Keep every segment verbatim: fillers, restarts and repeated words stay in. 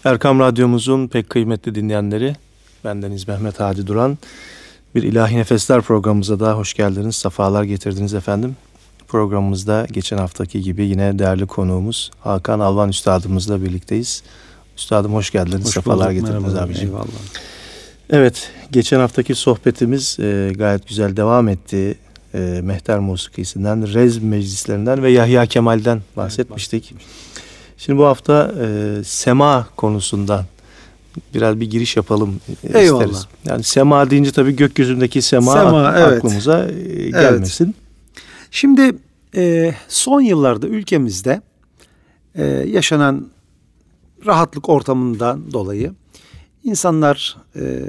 Erkam Radyomuzun pek kıymetli dinleyenleri, bendeniz Mehmet Hadi Duran. Bir İlahi Nefesler programımıza daha hoş geldiniz, sefalar getirdiniz efendim. Programımızda geçen haftaki gibi yine değerli konuğumuz Hakan Alvan Üstadımızla birlikteyiz. Üstadım hoş geldiniz, hoş sefalar bulduk, getirdiniz abiciğim. Eyvallah. Evet, geçen haftaki sohbetimiz e, gayet güzel devam etti. E, Mehter musikisinden, Rez meclislerinden ve Yahya Kemal'den bahsetmiştik. Evet, Şimdi bu hafta e, sema konusundan biraz bir giriş yapalım e, Eyvallah. isteriz. Yani sema deyince tabii gökyüzündeki sema, sema ak- evet. aklımıza e, gelmesin. Evet. Şimdi e, son yıllarda ülkemizde e, yaşanan rahatlık ortamından dolayı insanlar e,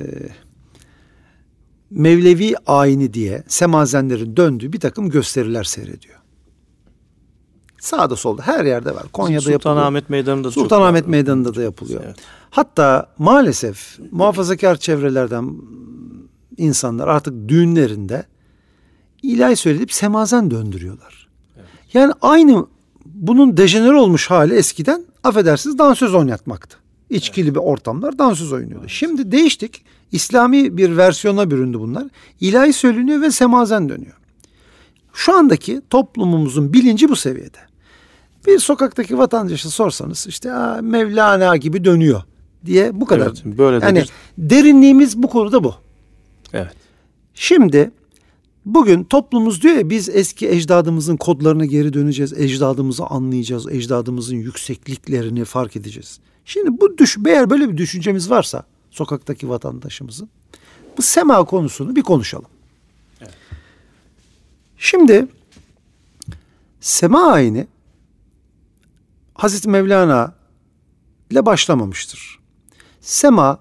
Mevlevi ayini diye semazenlerin döndüğü bir takım gösteriler seyrediyor. Sağda solda her yerde var. Konya'da Sultanahmet yapılıyor. Sultanahmet Meydanı'nda Sultanahmet Meydanı'nda da yapılıyor. Evet. Hatta maalesef muhafazakar çevrelerden insanlar artık düğünlerinde ilahi söyleyip semazen döndürüyorlar. Evet. Yani aynı bunun dejenere olmuş hali eskiden affedersiniz dansöz oynatmaktı. İçkili evet. bir ortamlar dansöz oynuyordu. Evet. Şimdi değiştik. İslami bir versiyona büründü bunlar. İlahi söyleniyor ve semazen dönüyor. Şu andaki toplumumuzun bilinci bu seviyede. Bir sokaktaki vatandaşı sorsanız işte Mevlana gibi dönüyor diye bu kadar. Evet, böyle yani bir... derinliğimiz bu konuda bu. Evet. Şimdi bugün toplumumuz diyor ya biz eski ecdadımızın kodlarına geri döneceğiz. Ecdadımızı anlayacağız. Ecdadımızın yüksekliklerini fark edeceğiz. Şimdi bu düş eğer böyle bir düşüncemiz varsa sokaktaki vatandaşımızın bu sema konusunu bir konuşalım. Evet. Şimdi sema ayini Hazreti Mevlana ile başlamamıştır. Sema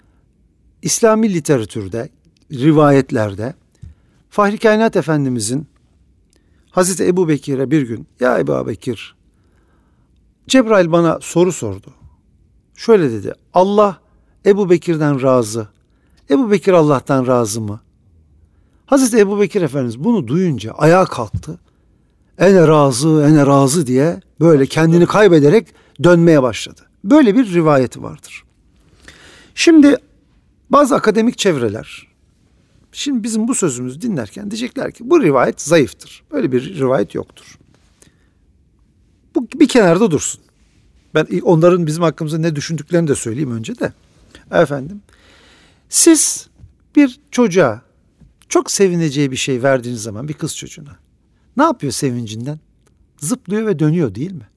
İslami literatürde, rivayetlerde Fahri Kainat Efendimizin Hazreti Ebu Bekir'e bir gün ya Ebu Bekir Cebrail bana soru sordu. Şöyle dedi. Allah Ebu Bekir'den razı. Ebu Bekir Allah'tan razı mı? Hazreti Ebu Bekir Efendimiz bunu duyunca ayağa kalktı. Ene razı, ene razı diye böyle kendini kaybederek dönmeye başladı. Böyle bir rivayeti vardır. Şimdi bazı akademik çevreler, şimdi bizim bu sözümüzü dinlerken diyecekler ki bu rivayet zayıftır. Böyle bir rivayet yoktur. Bu bir kenarda dursun. Ben onların bizim hakkımızda ne düşündüklerini de söyleyeyim önce de. Efendim, siz bir çocuğa çok sevineceği bir şey verdiğiniz zaman bir kız çocuğuna ne yapıyor sevincinden? Zıplıyor ve dönüyor değil mi?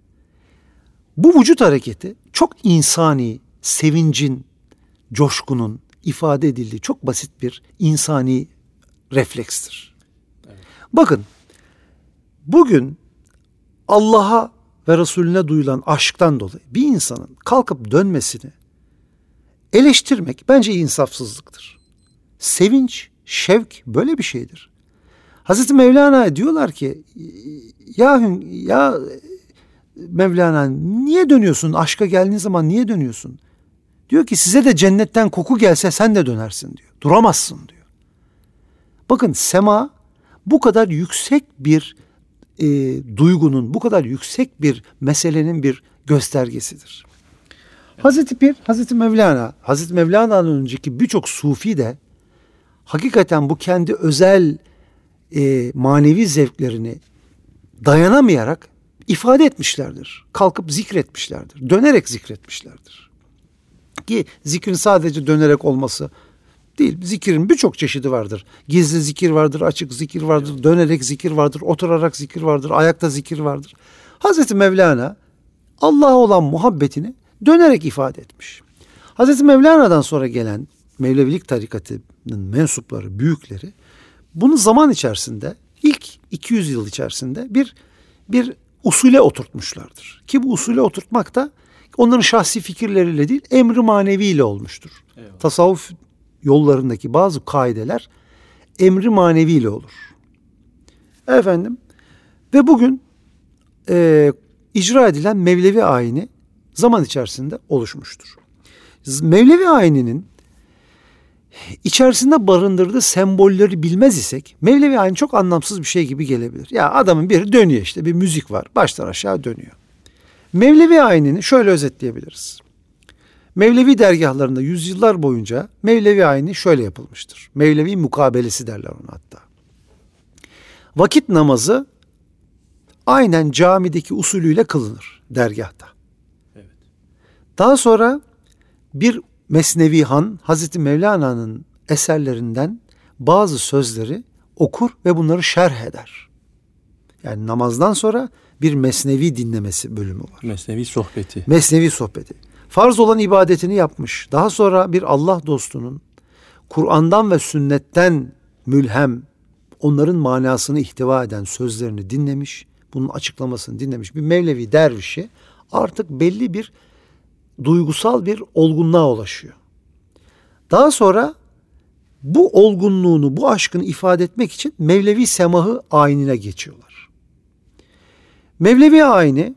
Bu vücut hareketi çok insani, sevincin, coşkunun ifade edildiği çok basit bir insani reflekstir. Evet. Bakın, bugün Allah'a ve Resulüne duyulan aşktan dolayı bir insanın kalkıp dönmesini eleştirmek bence insafsızlıktır. Sevinç, şevk böyle bir şeydir. Hazreti Mevlana'ya diyorlar ki ya, ya Mevlana niye dönüyorsun? Aşka geldiğin zaman niye dönüyorsun? Diyor ki size de cennetten koku gelse sen de dönersin diyor. Duramazsın diyor. Bakın sema bu kadar yüksek bir e, duygunun, bu kadar yüksek bir meselenin bir göstergesidir. Evet. Hazreti Pir, Hazreti Mevlana, Hazreti Mevlana'nın önceki birçok sufi de hakikaten bu kendi özel e, manevi zevklerini dayanamayarak ifade etmişlerdir. Kalkıp zikretmişlerdir. Dönerek zikretmişlerdir. Ki zikrin sadece dönerek olması değil. Zikirin birçok çeşidi vardır. Gizli zikir vardır, açık zikir vardır, dönerek zikir vardır, oturarak zikir vardır, ayakta zikir vardır. Hazreti Mevlana Allah'a olan muhabbetini dönerek ifade etmiş. Hazreti Mevlana'dan sonra gelen Mevlevilik tarikatının mensupları, büyükleri bunu zaman içerisinde ilk iki yüz yıl içerisinde bir bir usule oturtmuşlardır. Ki bu usule oturtmak da onların şahsi fikirleriyle değil, emri maneviyle olmuştur. Eyvallah. Tasavvuf yollarındaki bazı kaideler emri maneviyle olur. Efendim ve bugün e, icra edilen Mevlevi ayini zaman içerisinde oluşmuştur. Mevlevi ayininin içerisinde barındırdığı sembolleri bilmez isek Mevlevi ayini çok anlamsız bir şey gibi gelebilir. Ya adamın biri dönüyor işte bir müzik var baştan aşağı dönüyor. Mevlevi ayinini şöyle özetleyebiliriz. Mevlevi dergahlarında yüzyıllar boyunca Mevlevi ayini şöyle yapılmıştır. Mevlevi mukabelesi derler ona hatta. Vakit namazı aynen camideki usulüyle kılınır dergahta. Evet. Daha sonra bir Mesnevi Han, Hazreti Mevlana'nın eserlerinden bazı sözleri okur ve bunları şerh eder. Yani namazdan sonra bir mesnevi dinlemesi bölümü var. Mesnevi sohbeti. Mesnevi sohbeti. Farz olan ibadetini yapmış. Daha sonra bir Allah dostunun Kur'an'dan ve sünnetten mülhem, onların manasını ihtiva eden sözlerini dinlemiş, bunun açıklamasını dinlemiş bir Mevlevi dervişi artık belli bir duygusal bir olgunluğa ulaşıyor. Daha sonra bu olgunluğunu, bu aşkını ifade etmek için Mevlevi semahı ayinine geçiyorlar. Mevlevi ayini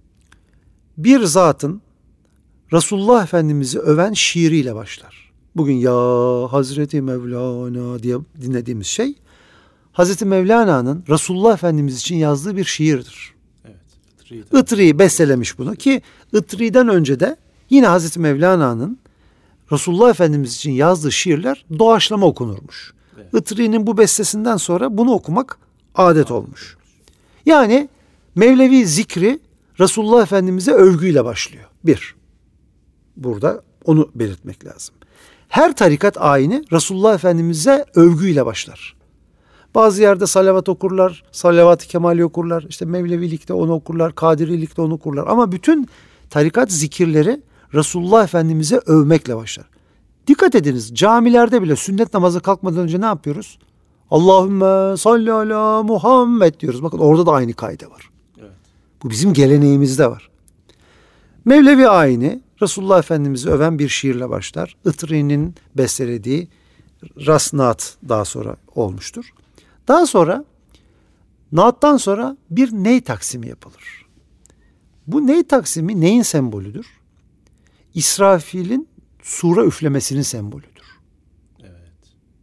bir zatın Resulullah Efendimiz'i öven şiiriyle başlar. Bugün ya Hazreti Mevlana diye dinlediğimiz şey Hazreti Mevlana'nın Resulullah Efendimiz için yazdığı bir şiirdir. Evet. Itri bestelemiş bunu ki Itri'den önce de yine Hazreti Mevlana'nın Resulullah Efendimiz için yazdığı şiirler doğaçlama okunurmuş. Evet. Itri'nin bu bestesinden sonra bunu okumak adet olmuş. Yani Mevlevi zikri Resulullah Efendimiz'e övgüyle başlıyor. Bir. Burada onu belirtmek lazım. Her tarikat ayini Resulullah Efendimiz'e övgüyle başlar. Bazı yerde salavat okurlar, salavat-ı kemali okurlar, işte Mevlevilikte onu okurlar, Kadirilikte onu okurlar. Ama bütün tarikat zikirleri Resulullah Efendimiz'e övmekle başlar. Dikkat ediniz, camilerde bile sünnet namazı kalkmadan önce ne yapıyoruz? Allahümme salli ala Muhammed diyoruz. Bakın orada da aynı kaide var. Evet. Bu bizim geleneğimizde var. Mevlevi ayini Resulullah Efendimiz'i öven bir şiirle başlar. Itri'nin bestelediği Ras-Naat daha sonra olmuştur. Daha sonra Naat'tan sonra bir ney taksimi yapılır. Bu ney taksimi neyin sembolüdür? İsrafil'in sura üflemesinin sembolüdür. Evet.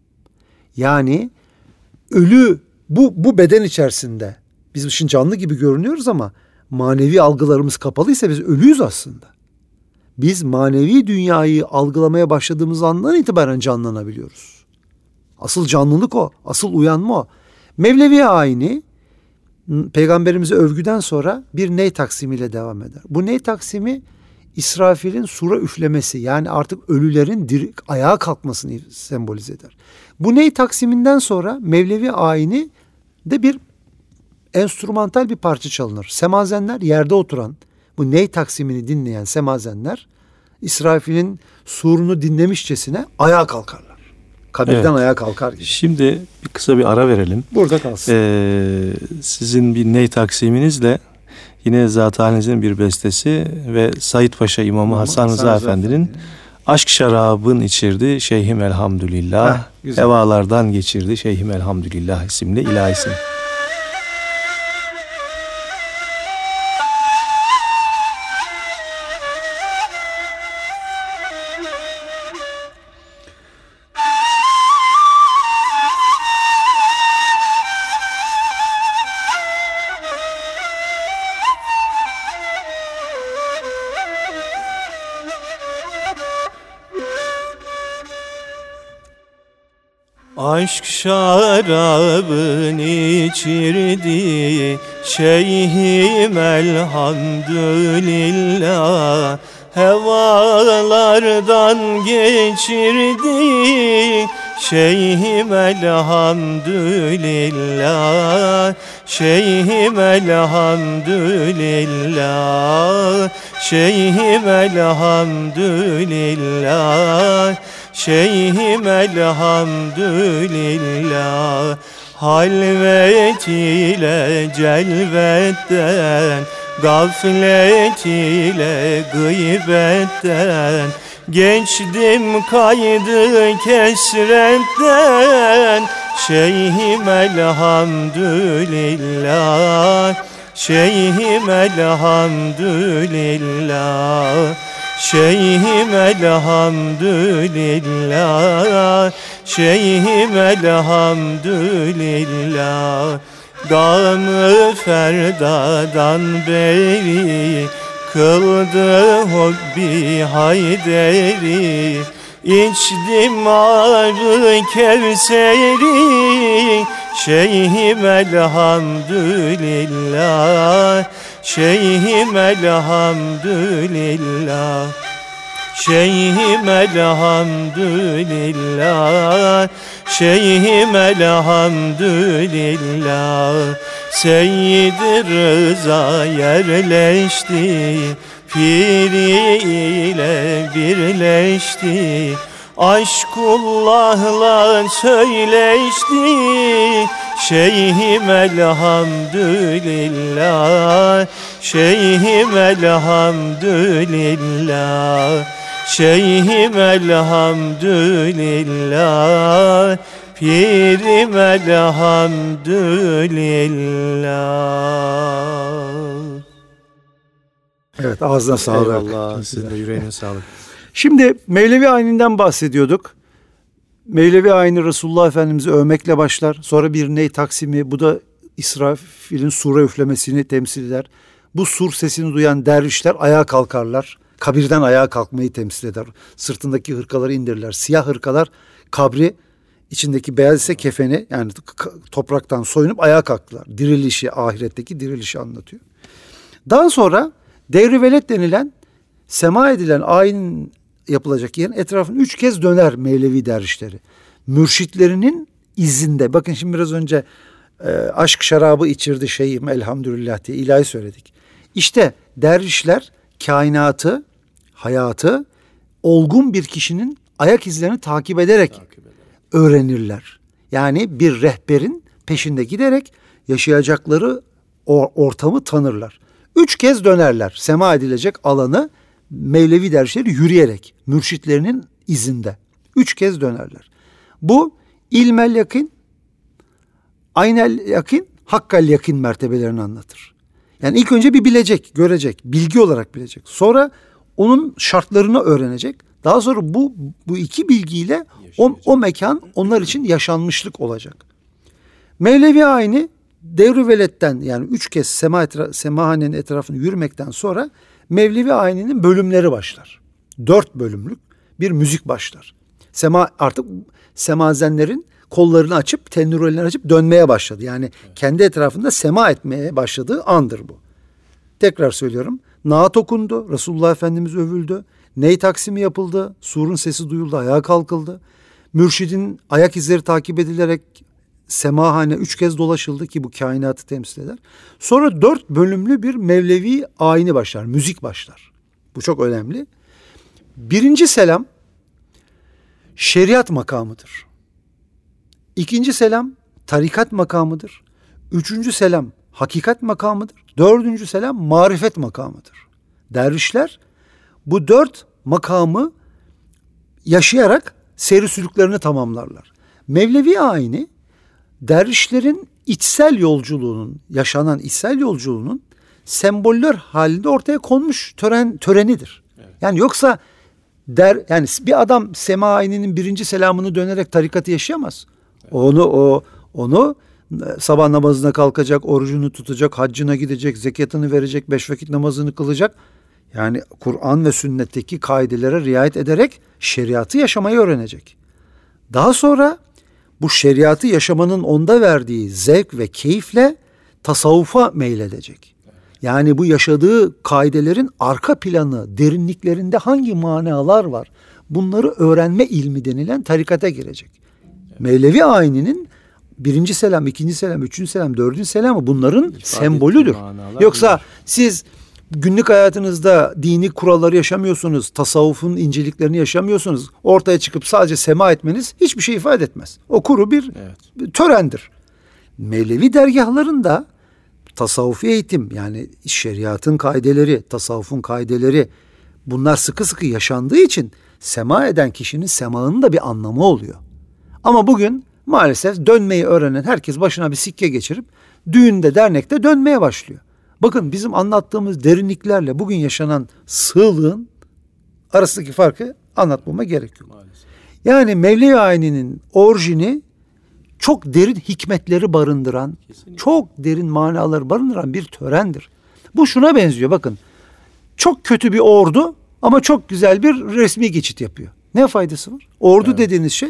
Yani ölü bu, bu beden içerisinde biz şimdi canlı gibi görünüyoruz ama manevi algılarımız kapalıysa biz ölüyüz aslında. Biz manevi dünyayı algılamaya başladığımız andan itibaren canlanabiliyoruz. Asıl canlılık o, asıl uyanma o. Mevlevi ayini Peygamberimize övgüden sonra bir ney taksimiyle devam eder. Bu ney taksimi İsrafil'in sura üflemesi, yani artık ölülerin diri, ayağa kalkmasını sembolize eder. Bu ney taksiminden sonra Mevlevi ayini de bir enstrümantal bir parça çalınır. Semazenler, yerde oturan bu ney taksimini dinleyen semazenler İsrafil'in surunu dinlemişçesine ayağa kalkarlar. Kabirden evet. ayağa kalkar gibi. Şimdi bir kısa bir ara verelim. Burada kalsın. Ee, sizin bir ney taksiminizle yine Zat-ı Halinizin bir bestesi ve Said Paşa İmamı İmam Hasan Rıza Hasan Efendi'nin Efendi. Aşk şarabın içirdi Şeyhim Elhamdülillah, Heh, hevalardan geçirdi Şeyhim Elhamdülillah isimli ilahisini. Aşk şarabın içirdi Şeyhim elhamdülillah, hevalardan geçirdi Şeyhim elhamdülillah, Şeyhim elhamdülillah, Şeyhim elhamdülillah, Şeyhim elhamdülillah. Halvet ile celvetten, gaflet ile gıybetten, geçtim kaydı kesretten Şeyhim elhamdülillah, Şeyhim elhamdülillah, Şeyhim elhamdülillah, Şeyhim elhamdülillah. Gam-ı ferdadan beri kıldı Hubbi Hayder'i, İçtim ağrı Kevser'i, Şeyhim elhamdülillah, Şeyhim elhamdülillah, Şeyhim elhamdülillah, Şeyhim elhamdülillah. Seyyid-i Rıza yerleşti, Piri ile birleşti, aşkullah'la söyleşti. Şeyhim elhamdülillah, Şeyhim elhamdülillah, Şeyhim elhamdülillah, Pirim elhamdülillah. Evet, ağzına sağlık. Eyvallah, sizin de yüreğine sağlık. Şimdi Mevlevi ayininden bahsediyorduk. Mevlevi ayini Resulullah Efendimiz'i övmekle başlar. Sonra bir ney taksimi, bu da İsrafil'in sura üflemesini temsil eder. Bu sur sesini duyan dervişler ayağa kalkarlar. Kabirden ayağa kalkmayı temsil eder. Sırtındaki hırkaları indirirler. Siyah hırkalar kabri, içindeki beyaz ise kefeni, yani topraktan soyunup ayağa kalktılar. Dirilişi, ahiretteki dirilişi anlatıyor. Daha sonra Devr-i Veled denilen, sema edilen ayin yapılacak yerin etrafını üç kez döner Mevlevi dervişleri. Mürşitlerinin izinde. Bakın şimdi biraz önce e, aşk şarabı içirdi şeyim elhamdülillah diye ilahi söyledik. İşte dervişler kainatı, hayatı olgun bir kişinin ayak izlerini takip ederek, takip ederek öğrenirler. Yani bir rehberin peşinde giderek yaşayacakları o ortamı tanırlar. Üç kez dönerler sema edilecek alanı, Mevlevi dervişleri yürüyerek mürşitlerinin izinde. Üç kez dönerler. Bu ilmel yakin, aynel yakin, hakkal yakin mertebelerini anlatır. Yani ilk önce bir bilecek, görecek, bilgi olarak bilecek. Sonra onun şartlarını öğrenecek. Daha sonra bu bu iki bilgiyle o, o mekan onlar için yaşanmışlık olacak. Mevlevi ayini Devr-i Veled'den, yani üç kez sema etra- semahanenin etrafını yürümekten sonra Mevlevi ayininin bölümleri başlar. Dört bölümlük bir müzik başlar. Sema artık semazenlerin kollarını açıp, tennurelerini açıp dönmeye başladı. Yani evet, kendi etrafında sema etmeye başladığı andır bu. Tekrar söylüyorum. Naat okundu, Resulullah Efendimiz övüldü. Ney taksimi yapıldı, surun sesi duyuldu, ayağa kalkıldı. Mürşidin ayak izleri takip edilerek semahane üç kez dolaşıldı ki bu kainatı temsil eder. Sonra dört bölümlü bir Mevlevi ayini başlar, müzik başlar. Bu çok önemli. Birinci selam şeriat makamıdır. İkinci selam tarikat makamıdır. Üçüncü selam hakikat makamıdır. Dördüncü selam marifet makamıdır. Dervişler bu dört makamı yaşayarak seyri sülüklerini tamamlarlar. Mevlevi ayini dervişlerin içsel yolculuğunun, yaşanan içsel yolculuğunun semboller halinde ortaya konmuş tören törenidir. Evet. Yani yoksa der yani bir adam sema ayininin birinci selamını dönerek tarikatı yaşayamaz. Evet. Onu o onu sabah namazına kalkacak, orucunu tutacak, haccına gidecek, zekatını verecek, beş vakit namazını kılacak. Yani Kur'an ve sünnetteki kaidelere riayet ederek şeriatı yaşamayı öğrenecek. Daha sonra bu şeriatı yaşamanın onda verdiği zevk ve keyifle tasavvufa meyledecek. Yani bu yaşadığı kaidelerin arka planı, derinliklerinde hangi manalar var? Bunları öğrenme ilmi denilen tarikata girecek. Evet. Mevlevi ayininin birinci selam, ikinci selam, üçüncü selam, dördüncü selamı bunların İfade sembolüdür. Yoksa bilir. Siz günlük hayatınızda dini kuralları yaşamıyorsunuz, tasavvufun inceliklerini yaşamıyorsunuz. Ortaya çıkıp sadece sema etmeniz hiçbir şey ifade etmez. O kuru bir evet. törendir. Mevlevi dergahlarında tasavvufi eğitim, yani şeriatın kaideleri, tasavvufun kaideleri, bunlar sıkı sıkı yaşandığı için sema eden kişinin semağının da bir anlamı oluyor. Ama bugün maalesef dönmeyi öğrenen herkes başına bir sikke geçirip düğünde, dernekte dönmeye başlıyor. Bakın bizim anlattığımız derinliklerle bugün yaşanan sığlığın arasındaki farkı anlatmama gerek yok. Maalesef. Yani Mevlevi ayininin orijini çok derin hikmetleri barındıran, kesinlikle, çok derin manaları barındıran bir törendir. Bu şuna benziyor bakın. Çok kötü bir ordu ama çok güzel bir resmi geçit yapıyor. Ne faydası var? Ordu evet. dediğiniz şey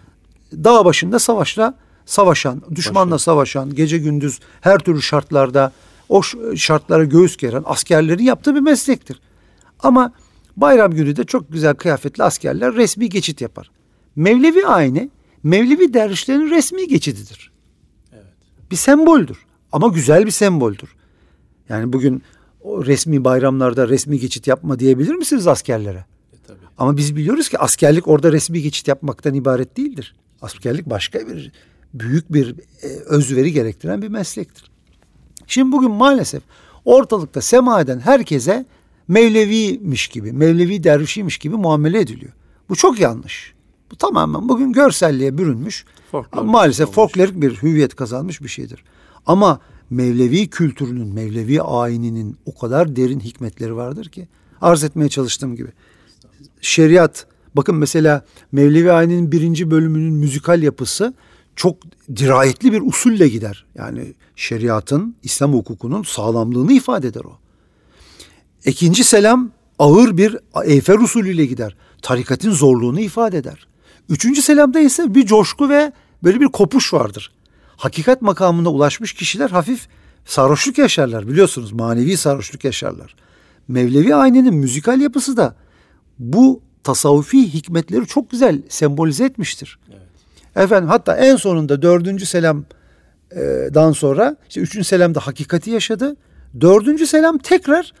dağ başında savaşla savaşan, düşmanla Başka. savaşan, gece gündüz her türlü şartlarda o şartlara göğüs geren askerlerin yaptığı bir meslektir. Ama bayram günü de çok güzel kıyafetli askerler resmi geçit yapar. Mevlevi ayini, Mevlevi dervişlerin resmi geçididir. Evet. Bir semboldür ama güzel bir semboldür. Yani bugün o resmi bayramlarda resmi geçit yapma diyebilir misiniz askerlere? E, tabii. Ama biz biliyoruz ki askerlik orada resmi geçit yapmaktan ibaret değildir. Askerlik başka bir büyük bir e, özveri gerektiren bir meslektir. Şimdi bugün maalesef ortalıkta sema eden herkese Mevleviymiş gibi, Mevlevi dervişiymiş gibi muamele ediliyor. Bu çok yanlış. Bu tamamen bugün görselliğe bürünmüş, folklor maalesef olmuş. Folklorik bir hüviyet kazanmış bir şeydir. Ama Mevlevi kültürünün, Mevlevi ayininin o kadar derin hikmetleri vardır ki arz etmeye çalıştığım gibi. Şeriat, bakın mesela Mevlevi ayininin birinci bölümünün müzikal yapısı çok dirayetli bir usulle gider. Yani şeriatın, İslam hukukunun sağlamlığını ifade eder o. İkinci selam ağır bir eyfer usulüyle gider. Tarikatın zorluğunu ifade eder. Üçüncü selamda ise bir coşku ve böyle bir kopuş vardır. Hakikat makamına ulaşmış kişiler hafif sarhoşluk yaşarlar, biliyorsunuz, manevi sarhoşluk yaşarlar. Mevlevi ayininin müzikal yapısı da bu tasavvufi hikmetleri çok güzel sembolize etmiştir. Evet. Efendim hatta en sonunda dördüncü selamdan sonra işte üçüncü selamda hakikati yaşadı. Dördüncü selam tekrar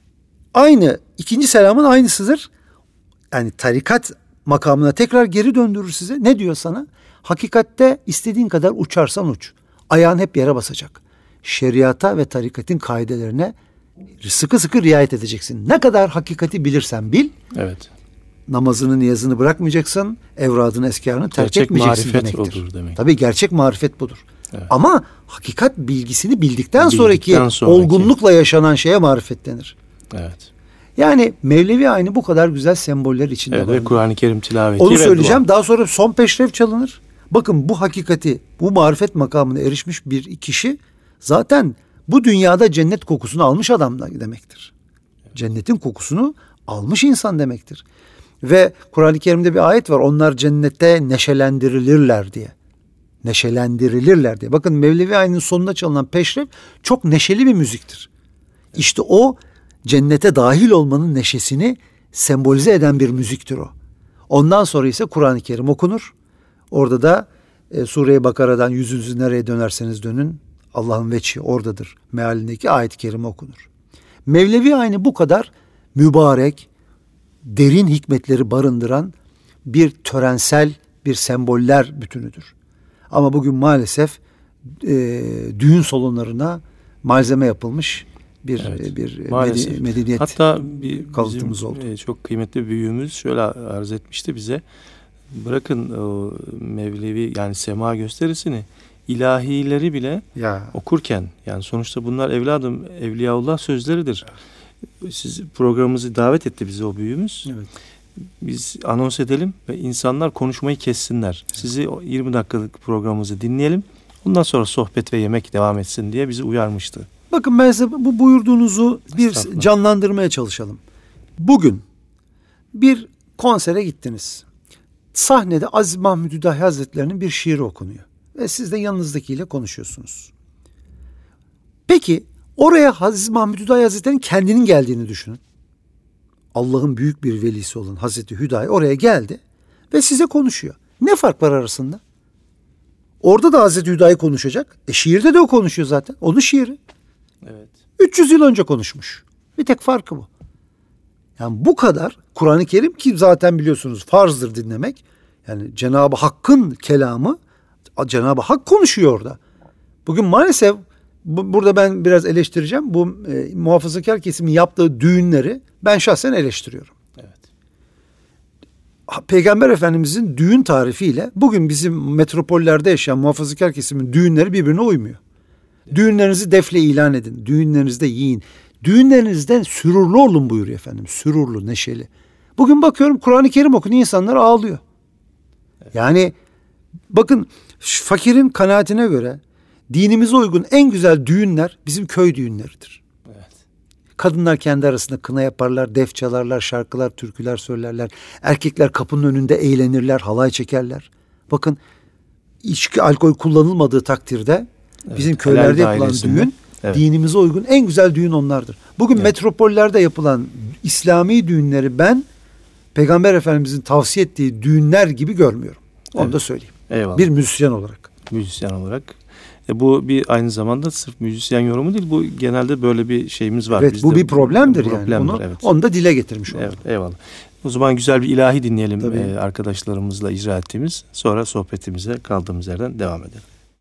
aynı, ikinci selamın aynısıdır. Yani tarikat makamına tekrar geri döndürür size. Ne diyor sana? Hakikatte istediğin kadar uçarsan uç. Ayağın hep yere basacak. Şeriata ve tarikatın kaidelerine sıkı sıkı riayet edeceksin. Ne kadar hakikati bilirsen bil. Evet. Namazını, niyazını bırakmayacaksın. Evradını, eskarını terk gerçek etmeyeceksin marifet demektir. Odur demek. Tabii gerçek marifet budur. Evet. Ama hakikat bilgisini bildikten, bildikten sonraki, sonraki olgunlukla yaşanan şeye marifet denir. Evet. Yani Mevlevi ayini bu kadar güzel semboller içinde evet, var. Ve Kur'an-ı Kerim tilaveti. Onu söyleyeceğim. Dua. Daha sonra son peşrev çalınır. Bakın bu hakikati, bu marifet makamına erişmiş bir kişi zaten bu dünyada cennet kokusunu almış adam demektir. Cennetin kokusunu almış insan demektir. Ve Kur'an-ı Kerim'de bir ayet var. Onlar cennette neşelendirilirler diye. Neşelendirilirler diye. Bakın Mevlevi ayinin sonunda çalınan peşrev çok neşeli bir müziktir. İşte o cennete dahil olmanın neşesini sembolize eden bir müziktir o. Ondan sonra ise Kur'an-ı Kerim okunur. Orada da e, Sure-i Bakara'dan yüzünüzü nereye dönerseniz dönün Allah'ın veçhi oradadır mealindeki ayet-i kerime okunur. Mevlevi ayini bu kadar mübarek, derin hikmetleri barındıran bir törensel, bir semboller bütünüdür. Ama bugün maalesef e, düğün salonlarına malzeme yapılmış bir evet, bir maalesef. medeniyet. Hatta bir kalıtımız oldu. E, çok kıymetli bir büyüğümüz şöyle arz etmişti bize. Bırakın o Mevlevi yani sema gösterisini, ilahileri bile ya. okurken, yani sonuçta bunlar evladım Evliyaullah sözleridir. Evet. Siz programımızı davet etti bizi o büyüğümüz. Evet. Biz anons edelim ve insanlar konuşmayı kessinler. Evet. Sizi o yirmi dakikalık programımızı dinleyelim. Ondan sonra sohbet ve yemek devam etsin diye bizi uyarmıştı. Bakın ben size bu buyurduğunuzu bir canlandırmaya çalışalım. Bugün bir konsere gittiniz. Sahnede Aziz Mahmud Hüdayi Hazretleri'nin bir şiiri okunuyor. Ve siz de yanınızdakiyle konuşuyorsunuz. Peki oraya Aziz Mahmud Hüdayi Hazretleri'nin kendinin geldiğini düşünün. Allah'ın büyük bir velisi olan Hazreti Hüdayi oraya geldi ve size konuşuyor. Ne fark var arasında? Orada da Hazreti Hüdayi konuşacak. E şiirde de o konuşuyor zaten. Onun şiiri. Evet. üç yüz yıl önce konuşmuş. Bir tek farkı bu. Yani bu kadar Kur'an-ı Kerim ki zaten biliyorsunuz farzdır dinlemek. Yani Cenab-ı Hakk'ın kelamı, Cenab-ı Hak konuşuyor orada. Bugün maalesef bu, burada ben biraz eleştireceğim. Bu e, muhafazakar kesimin yaptığı düğünleri ben şahsen eleştiriyorum. Evet. Peygamber Efendimizin düğün tarifiyle bugün bizim metropollerde yaşayan muhafazakar kesimin düğünleri birbirine uymuyor. Evet. Düğünlerinizi defle ilan edin. Düğünlerinizde yiyin. Düğünlerinizden sürurlu olun buyuruyor efendim. Sürurlu, neşeli. Bugün bakıyorum Kur'an-ı Kerim okunuyor, insanlar ağlıyor. Evet. Yani bakın fakirin kanaatine göre dinimize uygun en güzel düğünler bizim köy düğünleridir. Evet. Kadınlar kendi arasında kına yaparlar, def çalarlar, şarkılar, türküler söylerler. Erkekler kapının önünde eğlenirler, halay çekerler. Bakın içki, alkol kullanılmadığı takdirde evet, bizim köylerde yapılan düğün evet. dinimize uygun en güzel düğün onlardır. Bugün evet. metropollerde yapılan İslami düğünleri ben Peygamber Efendimizin tavsiye ettiği düğünler gibi görmüyorum. Onu evet. da söyleyeyim. Eyvallah. Bir müzisyen olarak. Müzisyen olarak. E bu bir aynı zamanda sırf müzisyen yorumu değil. Bu genelde böyle bir şeyimiz var. Evet Bizde bu bir problemdir yani. Problemdir, Onu, evet. onu da dile getirmiş olduk. Evet, eyvallah. O zaman güzel bir ilahi dinleyelim e, arkadaşlarımızla icra ettiğimiz. Sonra sohbetimize kaldığımız yerden devam edelim.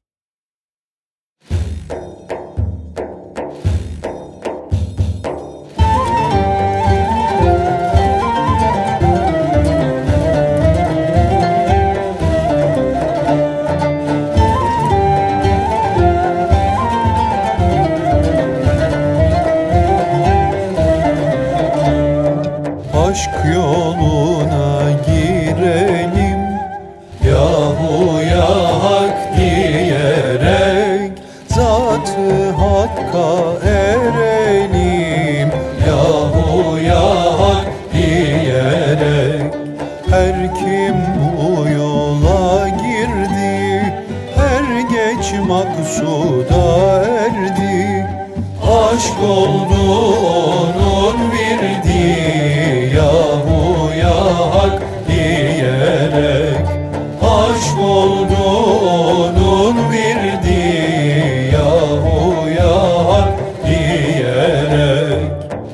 Aşk yoluna girelim yahu ya hak diyerek, zat-ı hakka erelim yahu ya hak diyerek. Her kim bu yola girdi, her geç maksuda erdi. Aşk oldu onun verdiği yahu ya hak diyerek. Aşk oldu onun verdiği yahu ya hak diyerek.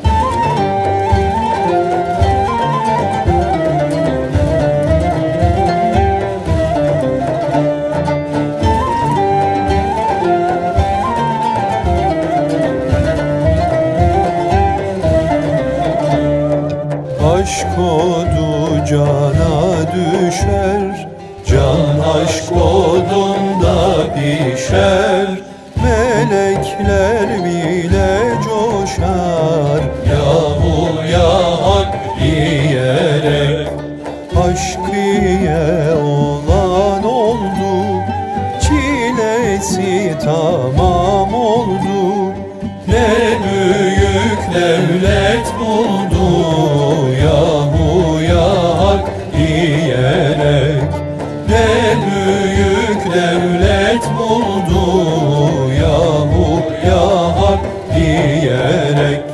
Aşk odu cana düşer, can aşk odunda pişer. Melekler bile coşar yahu ya hak diyerek. Aşk ile olan oldu, çilesi tamam oldu. Ne büyük devlet buldu yahu ya hak diyerek. Ne büyük devlet buldu yahu ya hak diyerek.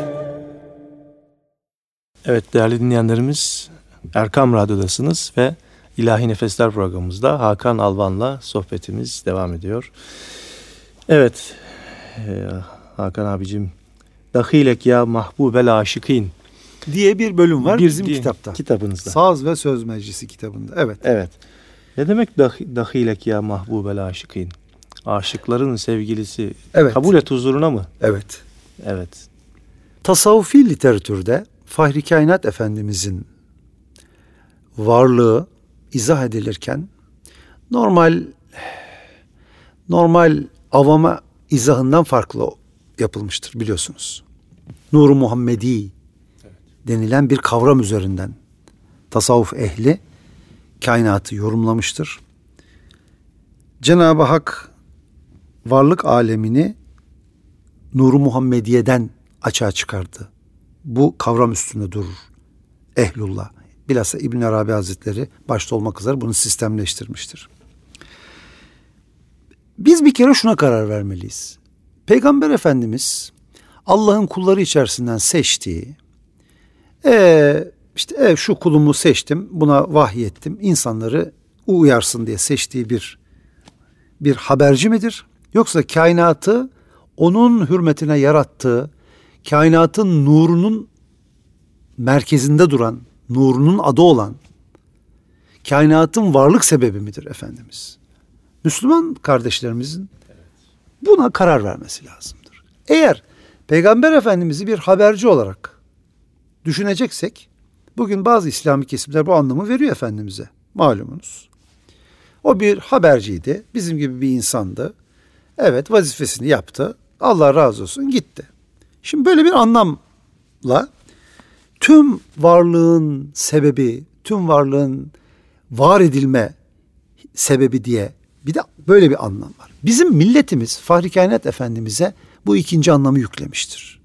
Evet değerli dinleyenlerimiz, Erkam Radyo'dasınız ve İlahi Nefesler programımızda Hakan Alvan'la sohbetimiz devam ediyor. Evet Hakan abicim, Dahilek ya mahbubel aşıkîn diye bir bölüm var bir, bizim bir, kitapta. Kitabınızda. Saz ve Söz Meclisi kitabında. Evet. Evet. Ne demek dahilek ya mahbubel aşıkîn? Aşıkların sevgilisi. Evet. Kabul et huzuruna mı? Evet. Evet. Tasavvufi literatürde Fahri Kainat Efendimizin varlığı izah edilirken normal normal avama izahından farklı yapılmıştır biliyorsunuz. Nur-u Muhammedi evet. denilen bir kavram üzerinden tasavvuf ehli kainatı yorumlamıştır. Cenab-ı Hak varlık alemini Nur-u Muhammediye'den açığa çıkardı. Bu kavram üstünde durur. Ehlullah. Bilhassa İbn Arabi Hazretleri başta olmak üzere bunu sistemleştirmiştir. Biz bir kere şuna karar vermeliyiz. Peygamber Efendimiz Allah'ın kulları içerisinden seçtiği, ee, işte e, şu kulumu seçtim, buna vahyettim, insanları uyarsın diye seçtiği bir bir haberci midir? Yoksa kainatı onun hürmetine yarattığı, kainatın nurunun merkezinde duran, nurunun adı olan, kainatın varlık sebebi midir Efendimiz? Müslüman kardeşlerimizin buna karar vermesi lazımdır. Eğer Peygamber Efendimiz'i bir haberci olarak düşüneceksek, bugün bazı İslami kesimler bu anlamı veriyor Efendimiz'e, malumunuz. O bir haberciydi, bizim gibi bir insandı. Evet, vazifesini yaptı, Allah razı olsun, gitti. Şimdi böyle bir anlamla tüm varlığın sebebi, tüm varlığın var edilme sebebi diye bir de böyle bir anlam var. Bizim milletimiz Fahri Kainat Efendimiz'e bu ikinci anlamı yüklemiştir.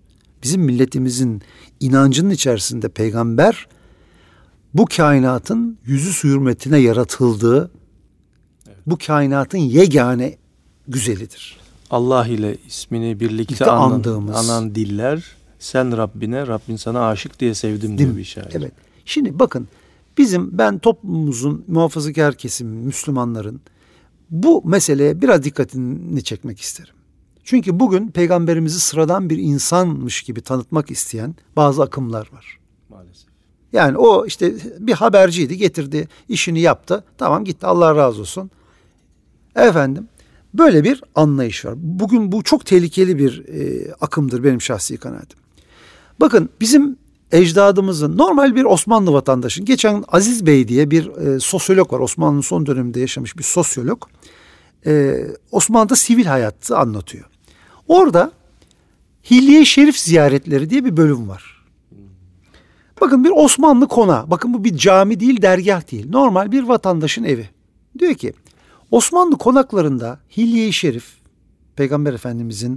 bizim milletimizin inancının içerisinde peygamber bu kainatın yüzü su hürmetine yaratıldığı, evet, bu kainatın yegane güzelidir. Allah ile ismini birlikte İşte anan, andığımız. anan diller, sen Rabbine, Rabbin sana aşık diye sevdim diyor bir şair. Evet. Şimdi bakın, bizim ben toplumumuzun muhafazakar kesim, Müslümanların bu meseleye biraz dikkatini çekmek isterim. Çünkü bugün peygamberimizi sıradan bir insanmış gibi tanıtmak isteyen bazı akımlar var. Maalesef. Yani o işte bir haberciydi, getirdi, işini yaptı, tamam gitti, Allah razı olsun. Efendim, böyle bir anlayış var. Bugün bu çok tehlikeli bir e, akımdır benim şahsi kanaatim. Bakın, bizim ecdadımızın, normal bir Osmanlı vatandaşın, geçen Aziz Bey diye bir e, sosyolog var. Osmanlı'nın son döneminde yaşamış bir sosyolog. E, Osmanlı'da sivil hayatı anlatıyor. Orada Hilye-i Şerif ziyaretleri diye bir bölüm var. Bakın, bir Osmanlı konağı. Bakın, bu bir cami değil, dergah değil. Normal bir vatandaşın evi. Diyor ki, Osmanlı konaklarında Hilye-i Şerif, Peygamber Efendimizin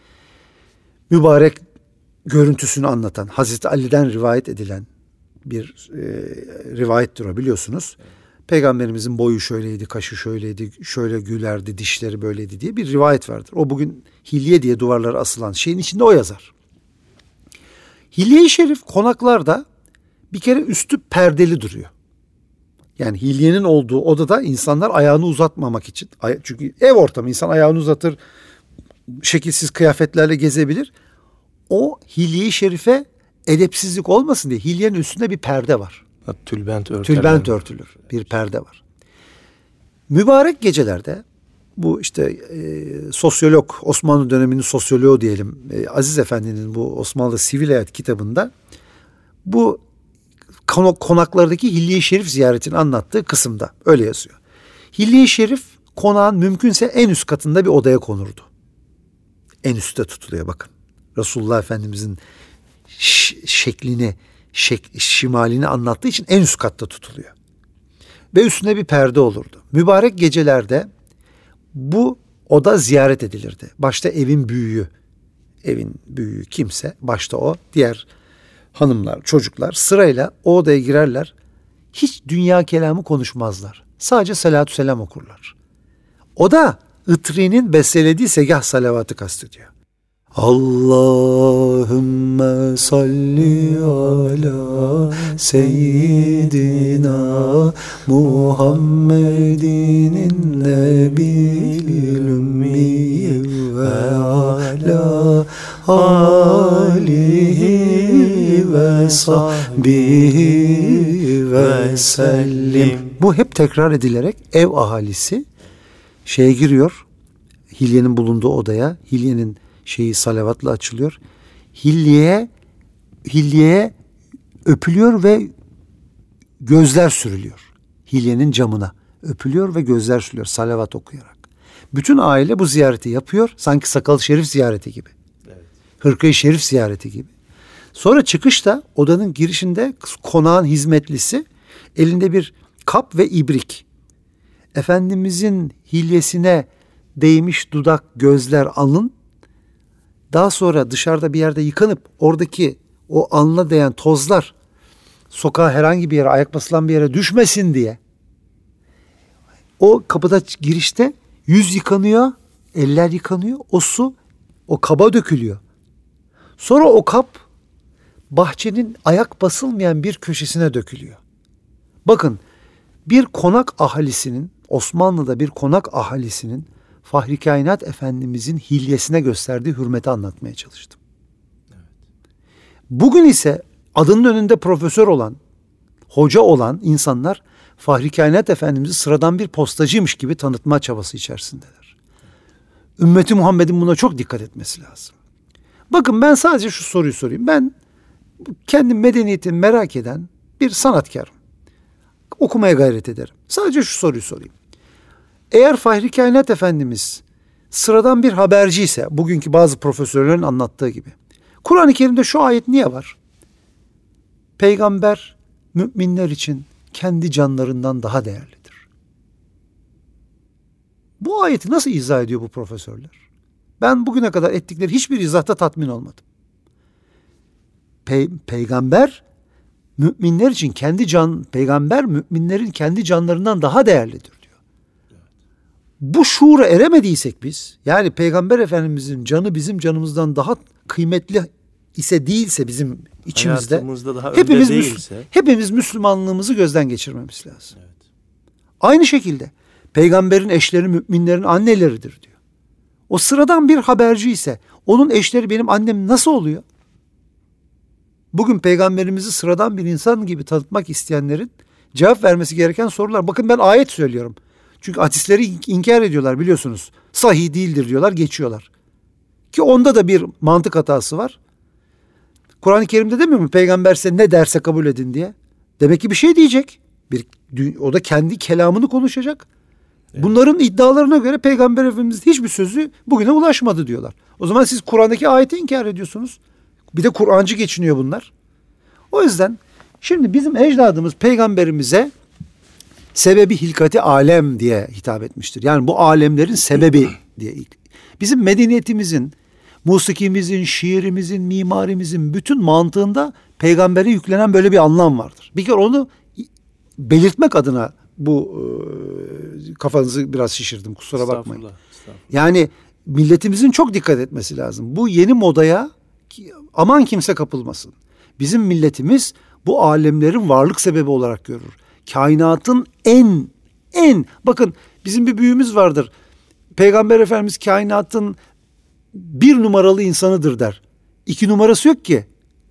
mübarek görüntüsünü anlatan, Hazreti Ali'den rivayet edilen bir e, rivayettir o, biliyorsunuz. Evet. Peygamberimizin boyu şöyleydi, kaşı şöyleydi, şöyle gülerdi, dişleri böyleydi diye bir rivayet vardır. O bugün Hilye diye duvarlara asılan şeyin içinde o yazar. Hilye-i Şerif konaklarda bir kere üstü perdeli duruyor. Yani hilyenin olduğu odada insanlar ayağını uzatmamak için. Çünkü ev ortamı, insan ayağını uzatır, şekilsiz kıyafetlerle gezebilir. O Hilye-i Şerif'e edepsizlik olmasın diye hilyenin üstünde bir perde var. Tülbent örtülür. Tülbent örtülür. Bir perde var. Mübarek gecelerde bu işte e, sosyolog, Osmanlı döneminin sosyoloğu diyelim, e, Aziz Efendi'nin bu Osmanlı Sivil Hayat kitabında bu konaklardaki Hilye-i Şerif ziyaretini anlattığı kısımda öyle yazıyor. Hilye-i Şerif konağın mümkünse en üst katında bir odaya konurdu. En üstte tutuluyor bakın. Resulullah Efendimizin şeklini, şek, şimalini anlattığı için en üst katta tutuluyor. Ve üstünde bir perde olurdu. Mübarek gecelerde bu oda ziyaret edilirdi. Başta evin büyüğü, evin büyüğü kimse, başta o, diğer hanımlar, çocuklar sırayla o odaya girerler. Hiç dünya kelamı konuşmazlar. Sadece salatü selam okurlar. O da Itri'nin bestelediği segah salavatı kastediyor. Allahümme salli ala seyyidina Muhammedin nebil ümmi ve ala alihi ve sahbihi ve sellim. Bu hep tekrar edilerek ev ahalisi şeye giriyor. Hilyenin bulunduğu odaya, hilyenin şeyi salavatla açılıyor. Hilyeye hilyeye öpülüyor ve gözler sürülüyor. Hilyenin camına öpülüyor ve gözler sürülüyor salavat okuyarak. Bütün aile bu ziyareti yapıyor. Sanki sakal şerif ziyareti gibi. Evet. Hırkayı şerif ziyareti gibi. Sonra çıkışta odanın girişinde konağın hizmetlisi elinde bir kap ve ibrik. Efendimizin hilyesine değmiş dudak, gözler, alın. Daha sonra dışarıda bir yerde yıkanıp oradaki o alnına değen tozlar sokağa herhangi bir yere, ayak basılan bir yere düşmesin diye o kapıda girişte yüz yıkanıyor, eller yıkanıyor, o su o kaba dökülüyor. Sonra o kap bahçenin ayak basılmayan bir köşesine dökülüyor. Bakın, bir konak ahalisinin, Osmanlı'da bir konak ahalisinin Fahri Kainat Efendimizin hilyesine gösterdiği hürmeti anlatmaya çalıştım. Evet. Bugün ise adının önünde profesör olan, hoca olan insanlar Fahri Kainat Efendimiz'i sıradan bir postacıymış gibi tanıtma çabası içerisindeler. Ümmeti Muhammed'in buna çok dikkat etmesi lazım. Bakın, ben sadece şu soruyu sorayım. Ben kendi medeniyetimi merak eden bir sanatkarım. Okumaya gayret ederim. Sadece şu soruyu sorayım. Eğer Fahri Kainat Efendimiz sıradan bir haberci ise, bugünkü bazı profesörlerin anlattığı gibi, Kur'an-ı Kerim'de şu ayet niye var? Peygamber müminler için kendi canlarından daha değerlidir. Bu ayeti nasıl izah ediyor bu profesörler? Ben bugüne kadar ettikleri hiçbir izahta tatmin olmadım. pe- peygamber müminler için kendi can peygamber müminlerin kendi canlarından daha değerlidir diyor. Bu şuura eremediysek biz, yani Peygamber Efendimizin canı bizim canımızdan daha kıymetli ise değilse bizim içimizde, daha hepimiz değilse, Müsl- hepimiz Müslümanlığımız gözden geçirmemiz lazım. Evet. Aynı şekilde peygamberin eşleri müminlerin anneleridir diyor. O sıradan bir haberci ise onun eşleri benim annem nasıl oluyor? Bugün peygamberimizi sıradan bir insan gibi tanıtmak isteyenlerin cevap vermesi gereken sorular. Bakın ben ayet söylüyorum. Çünkü hadisleri inkar ediyorlar biliyorsunuz. Sahih değildir diyorlar, geçiyorlar. Ki onda da bir mantık hatası var. Kur'an-ı Kerim'de demiyor mu peygamber size ne derse kabul edin diye? Demek ki bir şey diyecek. Bir, o da kendi kelamını konuşacak. Evet. Bunların iddialarına göre Peygamber Efendimiz'in hiçbir sözü bugüne ulaşmadı diyorlar. O zaman siz Kur'an'daki ayeti inkar ediyorsunuz. Bir de Kur'ancı geçiniyor bunlar. O yüzden şimdi bizim ecdadımız peygamberimize sebebi hilkati alem diye hitap etmiştir. Yani bu alemlerin sebebi diye. Bizim medeniyetimizin, musikimizin, şiirimizin, mimarimizin bütün mantığında peygambere yüklenen böyle bir anlam vardır. Bir kere onu belirtmek adına bu e, kafanızı biraz şişirdim, kusura bakmayın. Estağfurullah, estağfurullah. Yani milletimizin çok dikkat etmesi lazım. Bu yeni modaya aman kimse kapılmasın. Bizim milletimiz bu alemlerin varlık sebebi olarak görür. Kainatın en en bakın bizim bir büyüğümüz vardır. Peygamber Efendimiz kainatın bir numaralı insanıdır der. İki numarası yok ki.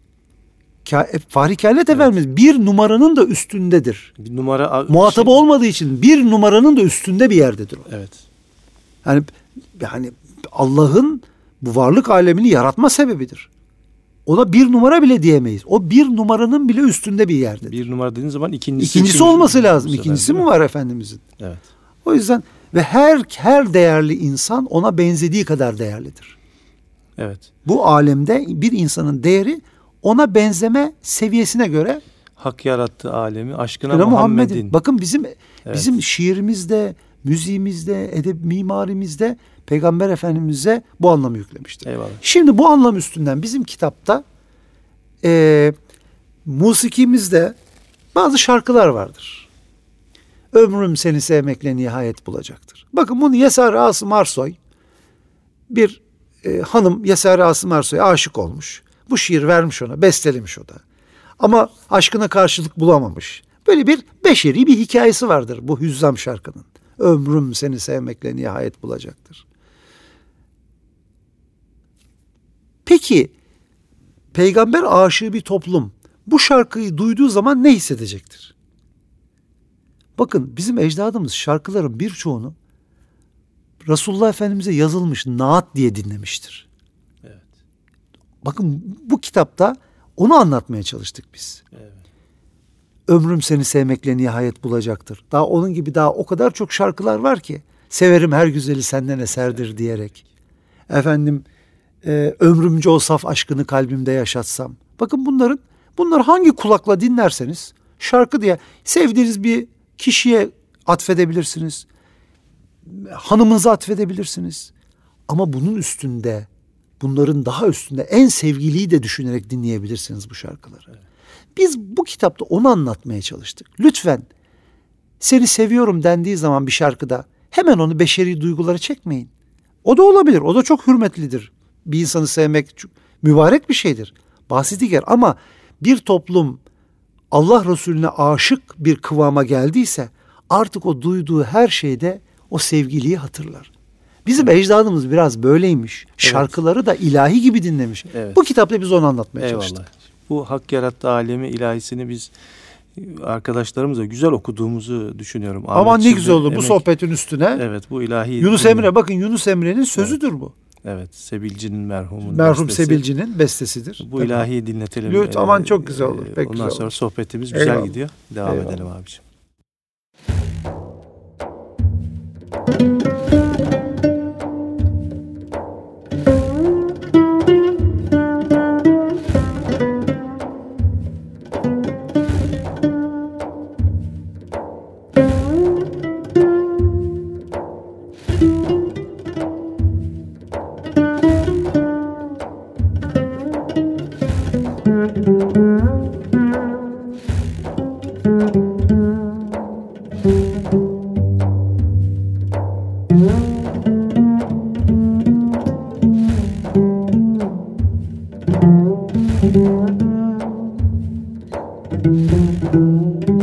Fahri Kainat evet. Efendimiz bir numaranın da üstündedir. Bir numara muhatabı şey... olmadığı için bir numaranın da üstünde bir yerdedir o. Evet. Yani yani Allah'ın bu varlık alemini yaratma sebebidir. Ona bir numara bile diyemeyiz. O bir numaranın bile üstünde bir yerdedir. Bir numara dediğiniz zaman ikincisi. İkincisi ikinci olması lazım. Sefer, İkincisi mi var Efendimizin? Evet. O yüzden ve her her değerli insan ona benzediği kadar değerlidir. Evet. Bu alemde bir insanın değeri ona benzeme seviyesine göre hak yarattığı alemi aşkına Muhammed'in. Muhammed'in. Bakın bizim evet. bizim şiirimizde, müziğimizde, edeb mimarimizde Peygamber Efendimiz'e bu anlamı yüklemiştir. Eyvallah. Şimdi bu anlam üstünden bizim kitapta e, musikimizde bazı şarkılar vardır. Ömrüm seni sevmekle nihayet bulacaktır. Bakın bunu Yesar Asım Arsoy bir e, hanım Yesar Asım Arsoy'a aşık olmuş. Bu şiir vermiş ona, bestelemiş o da. Ama aşkına karşılık bulamamış. Böyle bir beşeri bir hikayesi vardır bu Hüzzam şarkının. Ömrüm seni sevmekle nihayet bulacaktır. Peki, peygamber aşığı bir toplum bu şarkıyı duyduğu zaman ne hissedecektir? Bakın bizim ecdadımız şarkıların birçoğunu Resulullah Efendimiz'e yazılmış naat diye dinlemiştir. Evet. Bakın bu kitapta onu anlatmaya çalıştık biz. Evet. Ömrüm seni sevmekle nihayet bulacaktır. Daha onun gibi daha o kadar çok şarkılar var ki. Severim her güzeli senden eserdir evet. diyerek. Efendim e, ömrümce o saf aşkını kalbimde yaşatsam. Bakın bunların bunları hangi kulakla dinlerseniz şarkı diye sevdiğiniz bir kişiye atfedebilirsiniz. Hanımınıza atfedebilirsiniz. Ama bunun üstünde, bunların daha üstünde en sevgiliyi de düşünerek dinleyebilirsiniz bu şarkıları. Evet. Biz bu kitapta onu anlatmaya çalıştık. Lütfen seni seviyorum dendiği zaman bir şarkıda hemen onu beşeri duygulara çekmeyin. O da olabilir. O da çok hürmetlidir. Bir insanı sevmek mübarek bir şeydir. Bahsi diğer ama bir toplum Allah Resulüne aşık bir kıvama geldiyse artık o duyduğu her şeyde o sevgiliyi hatırlar. Bizim evet. ecdadımız biraz böyleymiş. Evet. Şarkıları da ilahi gibi dinlemiş. Evet. Bu kitapta biz onu anlatmaya Eyvallah. çalıştık. Bu hak yarattığı alemi ilahisini biz arkadaşlarımızla güzel okuduğumuzu düşünüyorum. Aman ne güzel olur emek... bu sohbetin üstüne. Evet bu ilahi. Yunus Emre bakın Yunus Emre'nin sözüdür evet. bu. Evet Sebilci'nin merhumun Merhum bestesi. Sebilci'nin bestesidir. Bu Tabii. ilahiyi dinletelim. Lütfen aman çok güzel olur. Pek Ondan güzel sonra olur. sohbetimiz güzel Eyvallah. gidiyor. Devam Eyvallah. edelim abiciğim.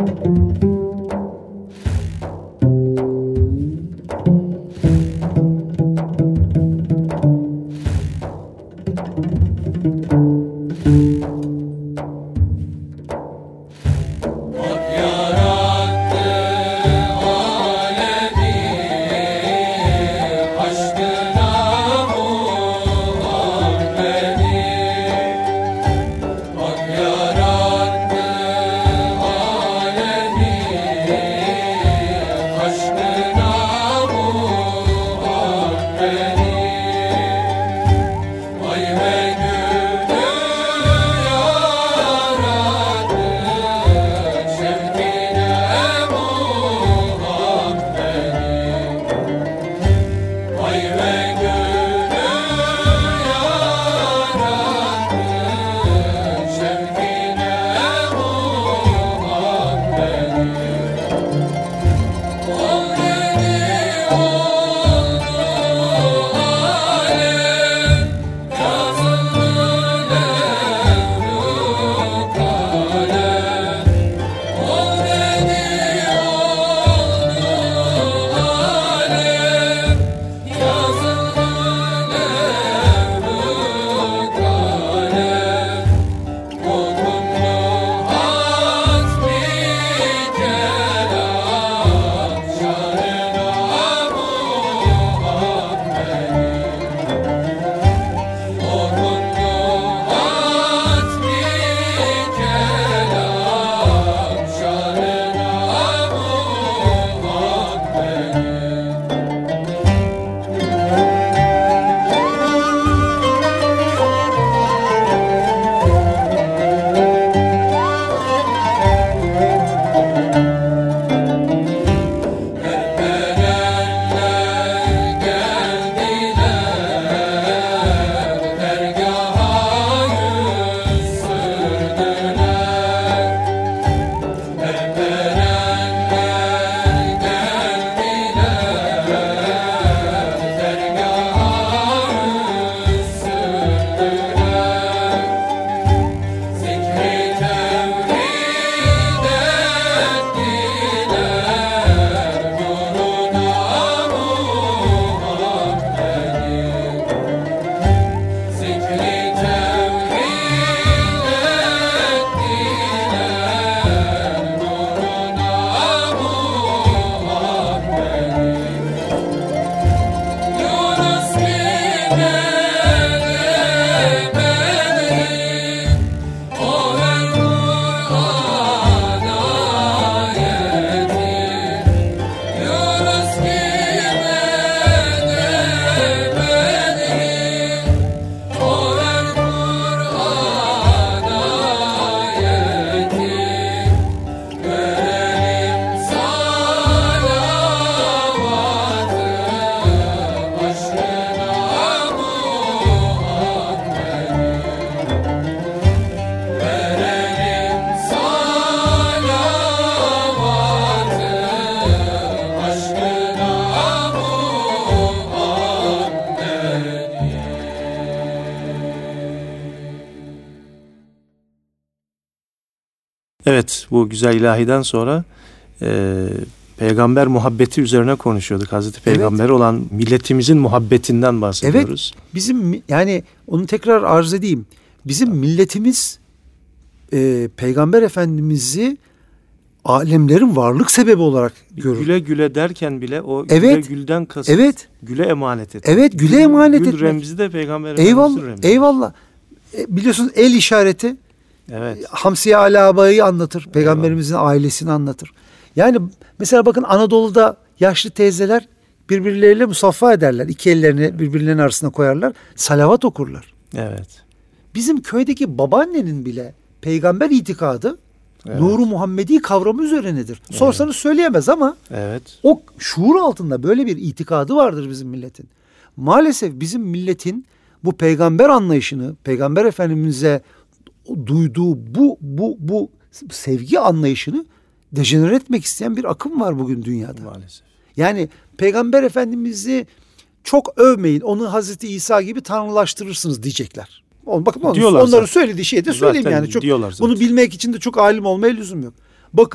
Evet, bu güzel ilahiden sonra e, peygamber muhabbeti üzerine konuşuyorduk. Hazreti Peygamber evet. olan milletimizin muhabbetinden bahsediyoruz. Evet, bizim yani onu tekrar arz edeyim. Bizim milletimiz e, Peygamber Efendimiz'i alemlerin varlık sebebi olarak görür. Güle güle derken bile o evet, güle gülden kasıt. Evet. Güle emanet etmek. Evet, güle gül, emanet gül etmek. Gül remzi de Peygamber eyvallah, Efendimiz'in remzi. Eyvallah. E, biliyorsunuz el işareti. Evet. Hamsiye Alaba'yı anlatır. Peygamberimizin eyvallah. Ailesini anlatır. Yani mesela bakın Anadolu'da yaşlı teyzeler birbirleriyle musaffa ederler. İki ellerini birbirlerinin arasına koyarlar. Salavat okurlar. Evet. Bizim köydeki babaannenin bile peygamber itikadı evet. Nur-u Muhammedi kavramı üzerinedir. Evet. Sorsanız söyleyemez ama evet. o şuur altında böyle bir itikadı vardır bizim milletin. Maalesef bizim milletin bu peygamber anlayışını, Peygamber Efendimiz'e duyduğu bu bu bu sevgi anlayışını dejenere etmek isteyen bir akım var bugün dünyada. Maalesef. Yani Peygamber Efendimiz'i çok övmeyin, onu Hazreti İsa gibi tanrılaştırırsınız diyecekler. Bakın onların zaten. söylediği şeyi de söyleyeyim zaten yani. Çok, bunu bilmek için de çok alim olmaya lüzum yok. Bakın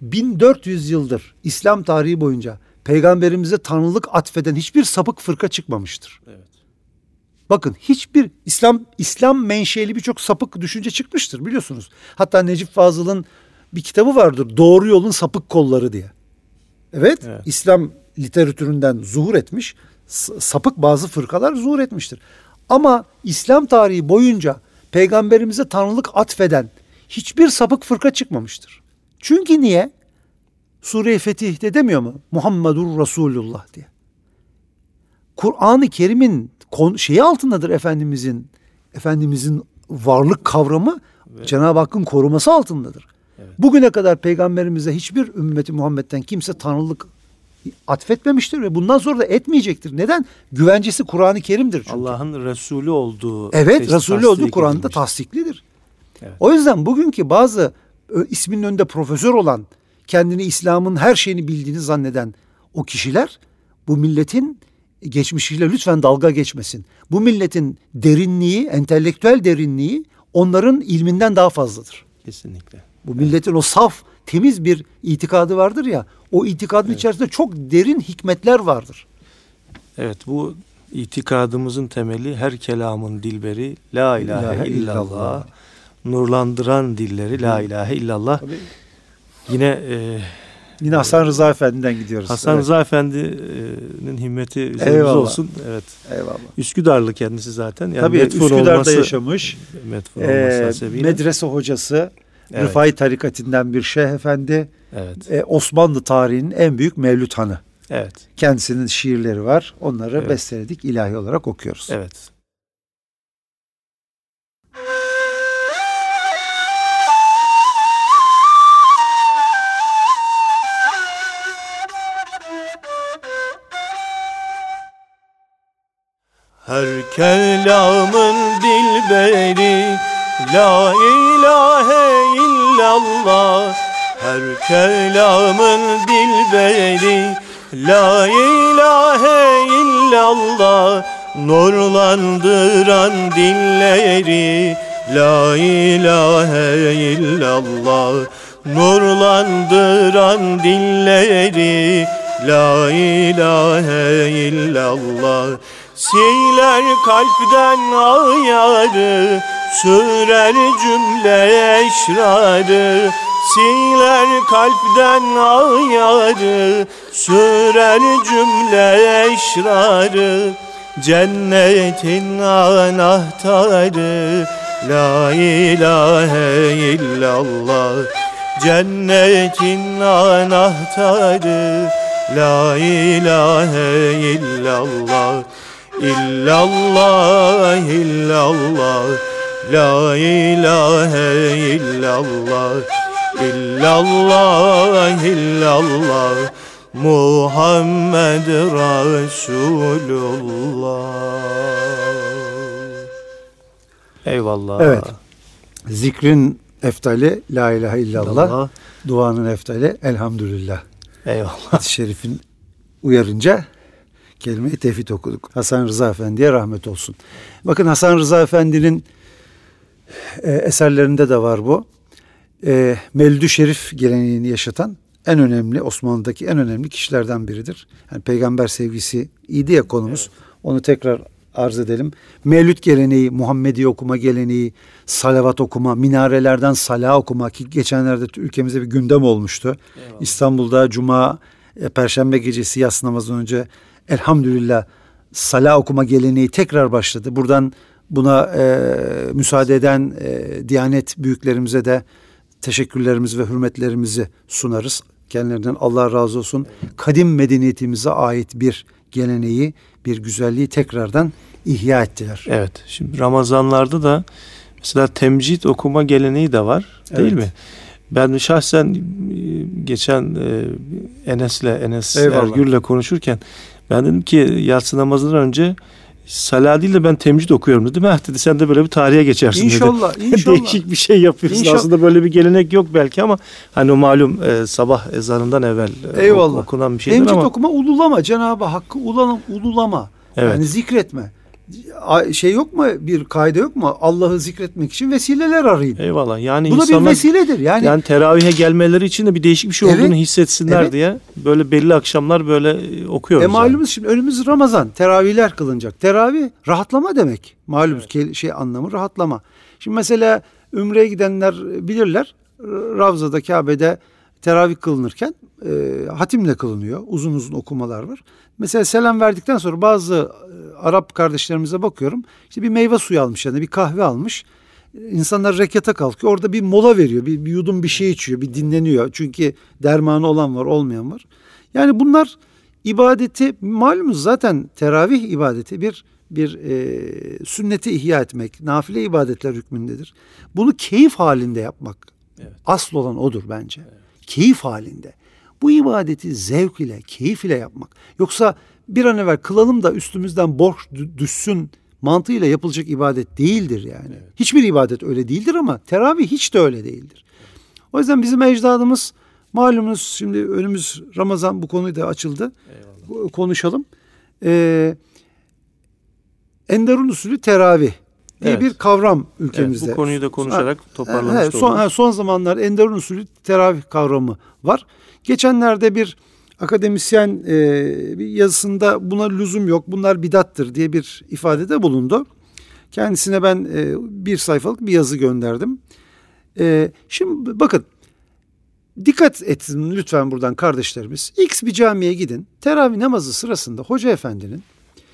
bin dört yüz yıldır İslam tarihi boyunca peygamberimize tanrılık atfeden hiçbir sapık fırka çıkmamıştır. Evet. Bakın hiçbir İslam İslam menşeli birçok sapık düşünce çıkmıştır biliyorsunuz. Hatta Necip Fazıl'ın bir kitabı vardır. Doğru yolun sapık kolları diye. Evet, Evet. İslam literatüründen zuhur etmiş, sapık bazı fırkalar zuhur etmiştir. Ama İslam tarihi boyunca peygamberimize tanrılık atfeden hiçbir sapık fırka çıkmamıştır. Çünkü niye? Sure-i Fetih'te demiyor mu? Muhammedur Resulullah diye. Kur'an-ı Kerim'in şeyi altındadır Efendimizin Efendimizin varlık kavramı evet. Cenab-ı Hakk'ın koruması altındadır. Evet. Bugüne kadar peygamberimize hiçbir ümmeti Muhammed'den kimse tanrılık atfetmemiştir ve bundan sonra da etmeyecektir. Neden? Güvencesi Kur'an-ı Kerim'dir çünkü. Allah'ın Resulü olduğu. Evet, Resulü olduğu Kur'an'da tasdiklidir. Evet. O yüzden bugünkü bazı isminin önünde profesör olan, kendini İslam'ın her şeyini bildiğini zanneden o kişiler bu milletin geçmişiyle lütfen dalga geçmesin. Bu milletin derinliği, entelektüel derinliği onların ilminden daha fazladır. Kesinlikle. Bu milletin evet. o saf, temiz bir itikadı vardır ya, o itikadın evet. içerisinde çok derin hikmetler vardır. Evet, bu itikadımızın temeli her kelamın dilberi la ilahe, ilahe illallah, illallah, nurlandıran dilleri la ilahe illallah. Tabii. Yine e, Yine Hasan Rıza Efendi'den gidiyoruz. Hasan evet. Rıza Efendi'nin himmeti üzerimize Eyvallah. olsun. Evet. Eyvallah. Üsküdarlı kendisi zaten. Yani tabii Üsküdar'da olması, yaşamış. Ee, medrese hocası, evet. Rıfai tarikatinden bir şeyh efendi. Evet. Ee, Osmanlı tarihinin en büyük Mevlüt Hanı. Evet. Kendisinin şiirleri var. Onları evet. besteledik, ilahi olarak okuyoruz. Evet. Her kelamın dilberi la ilahe illallah. Her kelamın dilberi la ilahe illallah. Nurlandıran dilleri la ilahe illallah. Nurlandıran dilleri la ilahe illallah. Siler kalpten ayarı, sürer cümle eşrarı. Siler kalpten ayarı, sürer cümle eşrarı. Cennetin anahtarı la ilahe illallah. Cennetin anahtarı la ilahe illallah. İllallah, illallah, la ilahe illallah. İllallah, illallah, Muhammed Resulullah. Eyvallah. Evet. Zikrin eftali la ilahe illallah. illallah. Duanın eftali elhamdülillah. Eyvallah. Hadis-i şerifin uyarınca kelime-i tevhid okuduk. Hasan Rıza Efendi'ye rahmet olsun. Bakın Hasan Rıza Efendi'nin e, eserlerinde de var bu. E, Mevlid-i Şerif geleneğini yaşatan en önemli, Osmanlı'daki en önemli kişilerden biridir. Yani peygamber sevgisi iyiydi ya konumuz. Evet. Onu tekrar arz edelim. Mevlüt geleneği, Muhammedi okuma geleneği, salavat okuma, minarelerden salah okuma ki geçenlerde ülkemizde bir gündem olmuştu. Eyvallah. İstanbul'da Cuma, e, Perşembe gecesi yatsı namazından önce elhamdülillah salah okuma geleneği tekrar başladı. Buradan buna e, müsaade eden e, Diyanet büyüklerimize de teşekkürlerimizi ve hürmetlerimizi sunarız. Kendilerinden Allah razı olsun. Kadim medeniyetimize ait bir geleneği, bir güzelliği tekrardan ihya ettiler. Evet. Şimdi Ramazanlarda da mesela temcid okuma geleneği de var, değil evet. mi? Ben şahsen geçen Enes'le, Enes Eyvallah. Ergür'le konuşurken ben dedim ki yatsı namazından önce salah değil de ben temcid okuyorum dedim. Eh dedi sen de böyle bir tarihe geçersin İnşallah, dedi. inşallah. Değişik bir şey yapıyorsun. İnşallah. Aslında böyle bir gelenek yok belki ama hani o malum e, sabah ezanından evvel Eyvallah. okunan bir şeydir temcid ama. okuma ululama. Cenab-ı Hakk'ı ulan, ululama. Evet. Yani zikretme. şey yok mu, bir kaide yok mu? Allah'ı zikretmek için vesileler arayın. Eyvallah. Yani bu da insanlar, bir vesiledir. Yani, yani teravihe gelmeleri için de bir değişik bir şey evet, olduğunu hissetsinler evet. diye böyle belli akşamlar böyle okuyoruz. E malumuz yani. Şimdi önümüz Ramazan. Teravihler kılınacak. Teravih rahatlama demek. Malumuz evet. şey anlamı rahatlama. Şimdi mesela Ümre'ye gidenler bilirler. Ravza'da, Kabe'de teravih kılınırken e, hatimle kılınıyor. Uzun uzun okumalar var. Mesela selam verdikten sonra bazı e, Arap kardeşlerimize bakıyorum. İşte bir meyve suyu almış, yani bir kahve almış. İnsanlar rekata kalkıyor. Orada bir mola veriyor. Bir, bir yudum bir şey içiyor. Bir dinleniyor. Çünkü dermanı olan var, olmayan var. Yani bunlar ibadeti, malumuz zaten teravih ibadeti bir bir e, sünneti ihya etmek, nafile ibadetler hükmündedir. Bunu keyif halinde yapmak. Evet. Asıl olan odur bence. Evet. Keyif halinde. Bu ibadeti zevk ile, keyif ile yapmak. Yoksa bir an evvel kılalım da üstümüzden borç düşsün mantığıyla yapılacak ibadet değildir yani. Evet. Hiçbir ibadet öyle değildir ama teravih hiç de öyle değildir. Evet. O yüzden bizim ecdadımız, malumunuz şimdi önümüz Ramazan, bu konuyu da açıldı. Eyvallah. Konuşalım. Ee, Enderun usulü teravih diye evet. bir kavram ülkemizde. Evet, bu konuyu da konuşarak ha, toparlamış evet, son, ha, son zamanlar Enderun usulü teravih kavramı var. Geçenlerde bir akademisyen e, bir yazısında buna lüzum yok, bunlar bidattır diye bir ifadede bulundu. Kendisine ben e, bir sayfalık bir yazı gönderdim. E, şimdi bakın, dikkat etsin lütfen buradan kardeşlerimiz. X bir camiye gidin, teravih namazı sırasında hoca efendinin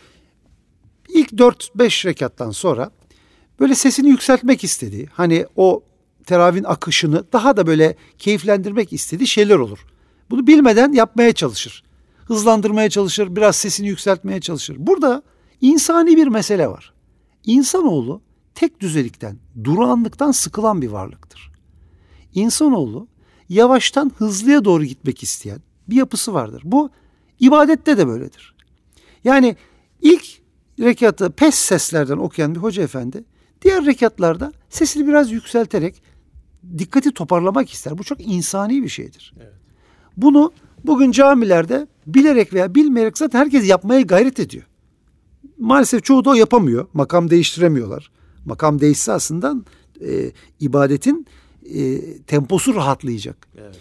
İlk dört beş rekattan sonra böyle sesini yükseltmek istediği, hani o teravihin akışını daha da böyle keyiflendirmek istediği şeyler olur. Bunu bilmeden yapmaya çalışır. Hızlandırmaya çalışır, biraz sesini yükseltmeye çalışır. Burada insani bir mesele var. İnsanoğlu tek düzelikten, durağanlıktan sıkılan bir varlıktır. İnsanoğlu yavaştan hızlıya doğru gitmek isteyen bir yapısı vardır. Bu ibadette de böyledir. Yani ilk rekatı pes seslerden okuyan bir hoca efendi diğer rekatlarda sesini biraz yükselterek dikkati toparlamak ister. Bu çok insani bir şeydir. Evet. Bunu bugün camilerde bilerek veya bilmeyerek zaten herkes yapmaya gayret ediyor. Maalesef çoğu da o yapamıyor. Makam değiştiremiyorlar. Makam değişse aslında e, ibadetin e, temposu rahatlayacak. Evet.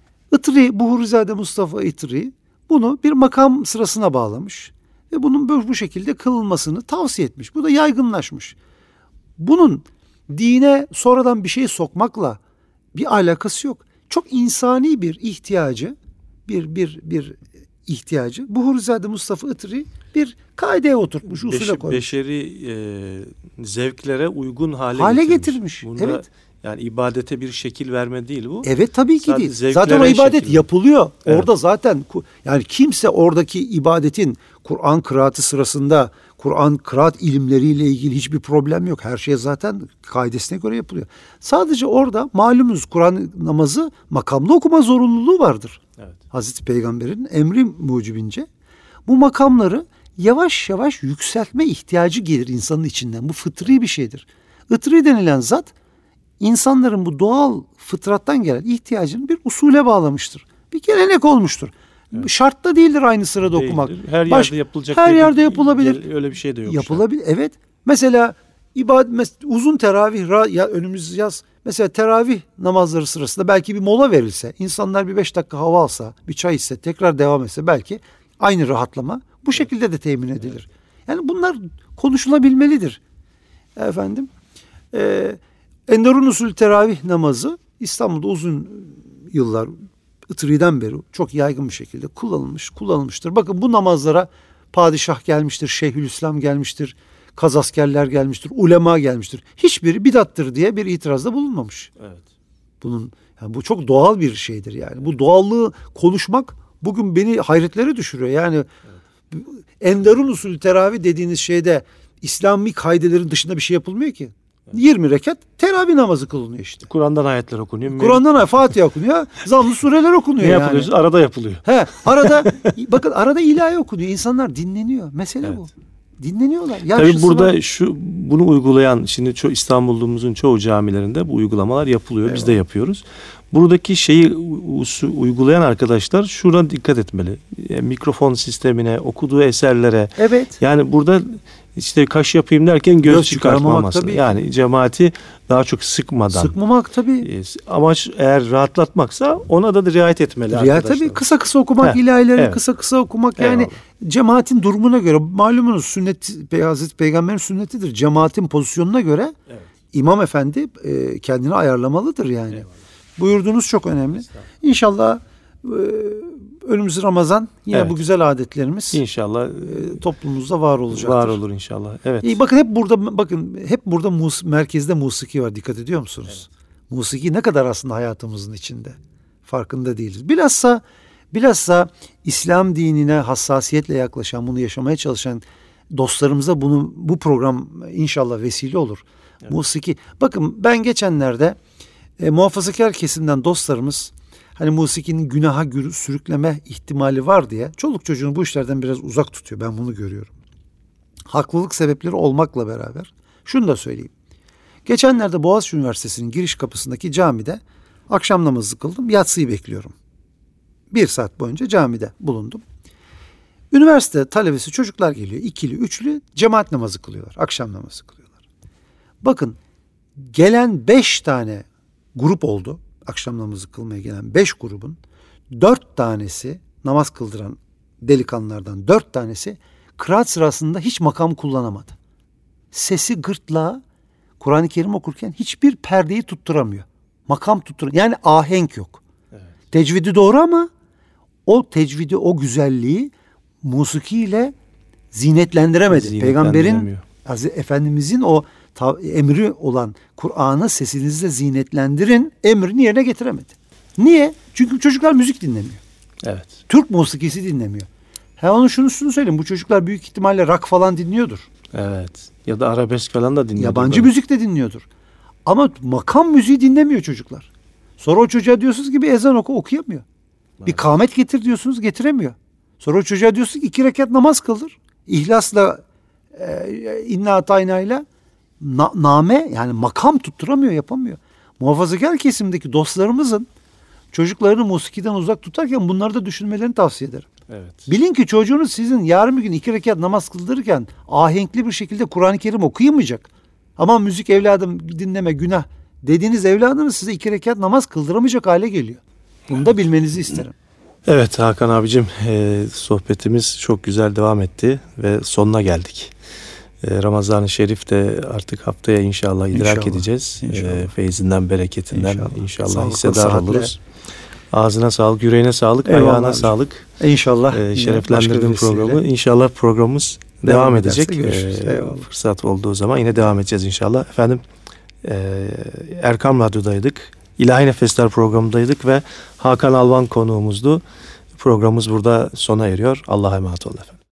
Itri, Buhurizade Mustafa Itri bunu bir makam sırasına bağlamış. Ve bunun bu şekilde kılınmasını tavsiye etmiş. Bu da yaygınlaşmış. Bunun dine sonradan bir şey sokmakla bir alakası yok. Çok insani bir ihtiyacı, bir bir bir ihtiyacı Buhurizade Mustafa Itri bir kaideye oturtmuş, usule Beş, koymuş. Beşeri e, zevklere uygun hale, hale getirmiş. getirmiş. Bunda, evet. Yani ibadete bir şekil verme değil bu. Evet, tabii ki Sadece değil. Zaten o ibadet şekil yapılıyor. Evet. Orada zaten yani kimse oradaki ibadetin Kur'an kıraatı sırasında Kur'an kıraat ilimleriyle ilgili hiçbir problem yok. Her şey zaten kaidesine göre yapılıyor. Sadece orada malumuz Kur'an namazı makamlı okuma zorunluluğu vardır. Evet. Hazreti Peygamber'in emri mucibince bu makamları yavaş yavaş yükseltme ihtiyacı gelir insanın içinden. Bu fıtri bir şeydir. Itri denilen zat İnsanların bu doğal fıtrattan gelen ihtiyacını bir usule bağlamıştır. Bir gelenek olmuştur. Evet. Şart da değildir aynı sırada değildir. Okumak. Her yerde Baş, yapılacak. Her yerde yapılabilir. Öyle bir şey de yok. Yapılabilir. Evet. Mesela ibadet, uzun teravih, ya önümüz yaz. Mesela teravih namazları sırasında belki bir mola verilse, insanlar bir beş dakika hava alsa, bir çay içse, tekrar devam etse belki aynı rahatlama bu şekilde de temin edilir. Yani bunlar konuşulabilmelidir. Efendim. Eee Enderun usulü teravih namazı İstanbul'da uzun yıllar, Itri'den beri çok yaygın bir şekilde kullanılmış, kullanılmıştır. Bakın bu namazlara padişah gelmiştir, Şeyhülislam gelmiştir, kazaskerler gelmiştir, ulema gelmiştir. Hiçbiri bidattır diye bir itirazda bulunmamış. Evet. Bunun yani bu çok doğal bir şeydir yani. Bu doğallığı konuşmak bugün beni hayretlere düşürüyor. Yani evet. Enderun usulü teravih dediğiniz şeyde İslami kaidelerin dışında bir şey yapılmıyor ki. yirmi rekat teravih namazı kılınıyor işte. Kur'an'dan ayetler okunuyor. Kur'an'dan ayet, Fatiha okunuyor. Zamm-ı sureler okunuyor ne yani. Ne yapılıyor? Arada yapılıyor. He, arada bakın arada ilahi okunuyor. İnsanlar dinleniyor. Mesele evet. bu. Dinleniyorlar. Tabii burada var. şu bunu uygulayan şimdi ço İstanbul'umuzun çoğu camilerinde bu uygulamalar yapılıyor. Eyvallah. Biz de yapıyoruz. Buradaki şeyi uygulayan arkadaşlar şuna dikkat etmeli. Yani mikrofon sistemine, okuduğu eserlere. Evet. Yani burada işte kaş yapayım derken göz, Göz çıkarmamak çıkartmaması. tabii. Yani cemaati daha çok sıkmadan. Sıkmamak tabii. E, amaç eğer rahatlatmaksa ona da, da riayet etmeli Riayet arkadaşlar. tabii, kısa kısa okumak, Heh, ilahileri evet. kısa kısa okumak. Yani Eyvallah. cemaatin durumuna göre, malumunuz sünnet, Hazreti Peygamber'in sünnetidir. Cemaatin pozisyonuna göre Evet. İmam Efendi e, kendini ayarlamalıdır yani. Eyvallah. Buyurduğunuz çok önemli. İnşallah e, önümüz Ramazan yine Evet. bu güzel adetlerimiz İnşallah e, toplumumuzda var olacaktır. var olur inşallah. Evet. İyi, bakın hep burada bakın hep burada mus, merkezde musiki var. Dikkat ediyor musunuz? Evet. Musiki ne kadar aslında hayatımızın içinde. Farkında değiliz. Bilhassa bilhassa İslam dinine hassasiyetle yaklaşan, bunu yaşamaya çalışan dostlarımıza bunu bu program inşallah vesile olur. Evet. Musiki. Bakın ben geçenlerde e, muhafazakar kesimden dostlarımız hani musikinin günaha sürükleme ihtimali var diye çoluk çocuğunu bu işlerden biraz uzak tutuyor. Ben bunu görüyorum. Haklılık sebepleri olmakla beraber şunu da söyleyeyim. Geçenlerde Boğaziçi Üniversitesi'nin giriş kapısındaki camide akşam namazı kıldım. Yatsıyı bekliyorum. Bir saat boyunca camide bulundum. Üniversite talebesi çocuklar geliyor. İkili, üçlü cemaat namazı kılıyorlar. Akşam namazı kılıyorlar. Bakın gelen beş tane grup oldu. Akşam namazı kılmaya gelen beş grubun dört tanesi, namaz kıldıran delikanlılardan dört tanesi kıraat sırasında hiç makam kullanamadı. Sesi gırtlağa, Kur'an-ı Kerim okurken hiçbir perdeyi tutturamıyor. Makam tutturamıyor. Yani ahenk yok. Evet. Tecvidi doğru ama o tecvidi, o güzelliği musikiyle zinetlendiremedi. Peygamberin, Hazreti Efendimizin o ta- emri olan Kur'an'ı sesinizle zinetlendirin emrini yerine getiremedi. Niye? Çünkü çocuklar müzik dinlemiyor. Evet. Türk musikisi dinlemiyor. Ha onun şunu şunu söyleyeyim. Bu çocuklar büyük ihtimalle rock falan dinliyordur. Evet. Ya da arabesk falan da dinliyordur. Yabancı böyle. müzik de dinliyordur. Ama makam müziği dinlemiyor çocuklar. Sonra o çocuğa diyorsunuz ki bir ezan oku, okuyamıyor. Evet. Bir kâmet getir diyorsunuz, getiremiyor. Sonra o çocuğa diyorsunuz ki iki rekat namaz kıldır. İhlasla e, inna ataynayla na, name yani makam tutturamıyor, yapamıyor. Muhafazakar kesimdeki dostlarımızın çocuklarını musikiden uzak tutarken bunları da düşünmelerini tavsiye ederim. Evet. Bilin ki çocuğunuz sizin yarın bir gün iki rekat namaz kıldırırken ahenkli bir şekilde Kur'an-ı Kerim okuyamayacak. Ama müzik evladım dinleme günah dediğiniz evladınız size iki rekat namaz kıldıramayacak hale geliyor. Bunu da bilmenizi isterim. Evet Hakan abicim, e, sohbetimiz çok güzel devam etti ve sonuna geldik. E, Ramazan-ı Şerif de artık haftaya inşallah idrak İnşallah. edeceğiz. İnşallah. E, feyzinden, bereketinden İnşallah, inşallah Sağlıkla, hissedar sıhhatle. oluruz. Ağzına sağlık, yüreğine sağlık, Eyvallah ayağına abicim. sağlık. İnşallah. E, yine şereflendirdim başka bir programı. vesileyle. İnşallah programımız devam, Devam edecek. ederse görüşürüz. E, Eyvallah. fırsat olduğu zaman yine devam edeceğiz inşallah. Efendim e, Erkam Radyo'daydık. İlahi Nefesler programındaydık ve Hakan Alvan konuğumuzdu. Programımız burada sona eriyor. Allah'a emanet olun efendim.